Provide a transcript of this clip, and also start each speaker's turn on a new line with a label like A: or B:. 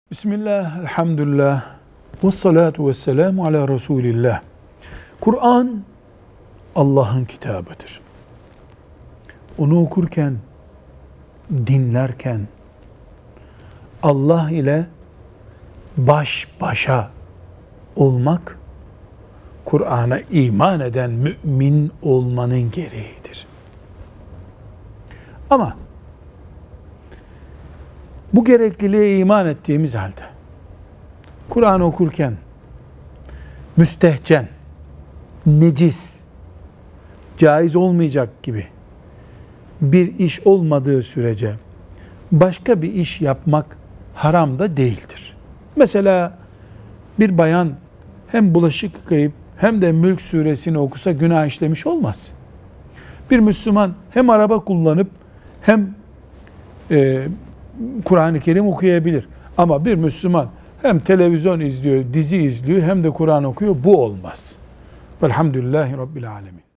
A: Bismillah, elhamdülillah, ve salatu ve selamu ala Resulillah. Kur'an Allah'ın kitabıdır. Onu okurken, dinlerken, Allah ile baş başa olmak, Kur'an'a iman eden mümin olmanın gereğidir. Ama bu gerekliliğe iman ettiğimiz halde, Kur'an okurken müstehcen, necis, caiz olmayacak gibi bir iş olmadığı sürece başka bir iş yapmak haram da değildir. Mesela bir bayan hem bulaşık yıkayıp hem de Mülk suresini okusa günah işlemiş olmaz. Bir Müslüman hem araba kullanıp hem Kur'an-ı Kerim okuyabilir. Ama bir Müslüman hem televizyon izliyor, dizi izliyor hem de Kur'an okuyor. Bu olmaz. Velhamdülillahi Rabbil Alemin.